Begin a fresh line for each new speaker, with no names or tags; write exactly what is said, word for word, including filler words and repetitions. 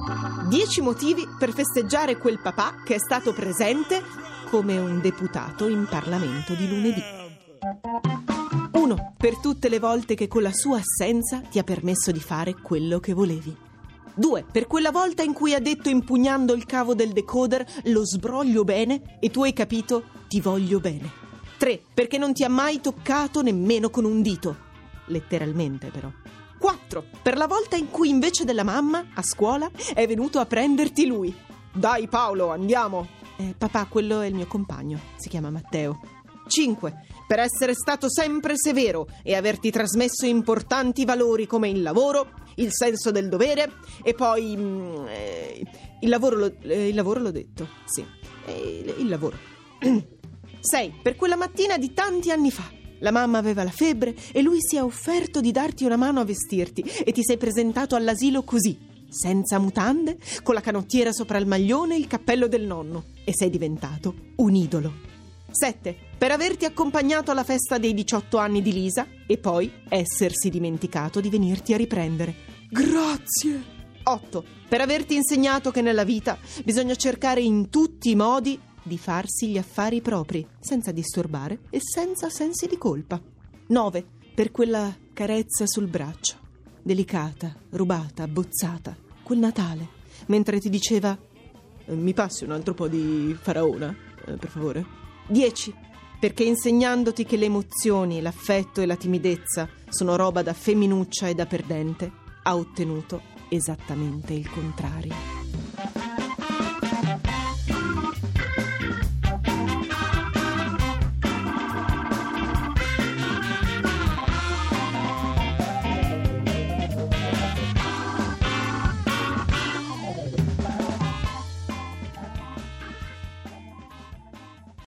Dieci motivi per festeggiare quel papà che è stato presente come un deputato in Parlamento di lunedì. Uno, per tutte le volte che con la sua assenza ti ha permesso di fare quello che volevi. Due, per quella volta in cui ha detto impugnando il cavo del decoder lo sbroglio bene e tu hai capito ti voglio bene. Tre, perché non ti ha mai toccato nemmeno con un dito. Letteralmente però. Quattro, per la volta in cui invece della mamma a scuola è venuto a prenderti lui. Dai Paolo, andiamo. Eh, papà, quello è il mio compagno, si chiama Matteo. Cinque, per essere stato sempre severo e averti trasmesso importanti valori come il lavoro, il senso del dovere e poi mm, eh, il lavoro lo, eh, il lavoro l'ho detto, sì, eh, il, il lavoro. Sei, per quella mattina di tanti anni fa. La mamma aveva la febbre e lui si è offerto di darti una mano a vestirti e ti sei presentato all'asilo così, senza mutande, con la canottiera sopra il maglione e il cappello del nonno, e sei diventato un idolo. Sette, per averti accompagnato alla festa dei diciotto anni di Lisa e poi essersi dimenticato di venirti a riprendere. Grazie! Otto, per averti insegnato che nella vita bisogna cercare in tutti i modi di farsi gli affari propri, senza disturbare e senza sensi di colpa. Nove, per quella carezza sul braccio, delicata, rubata, abbozzata, quel Natale, mentre ti diceva mi passi un altro po' di faraona, eh, per favore. Dieci, perché insegnandoti che le emozioni, l'affetto e la timidezza sono roba da femminuccia e da perdente, ha ottenuto esattamente il contrario.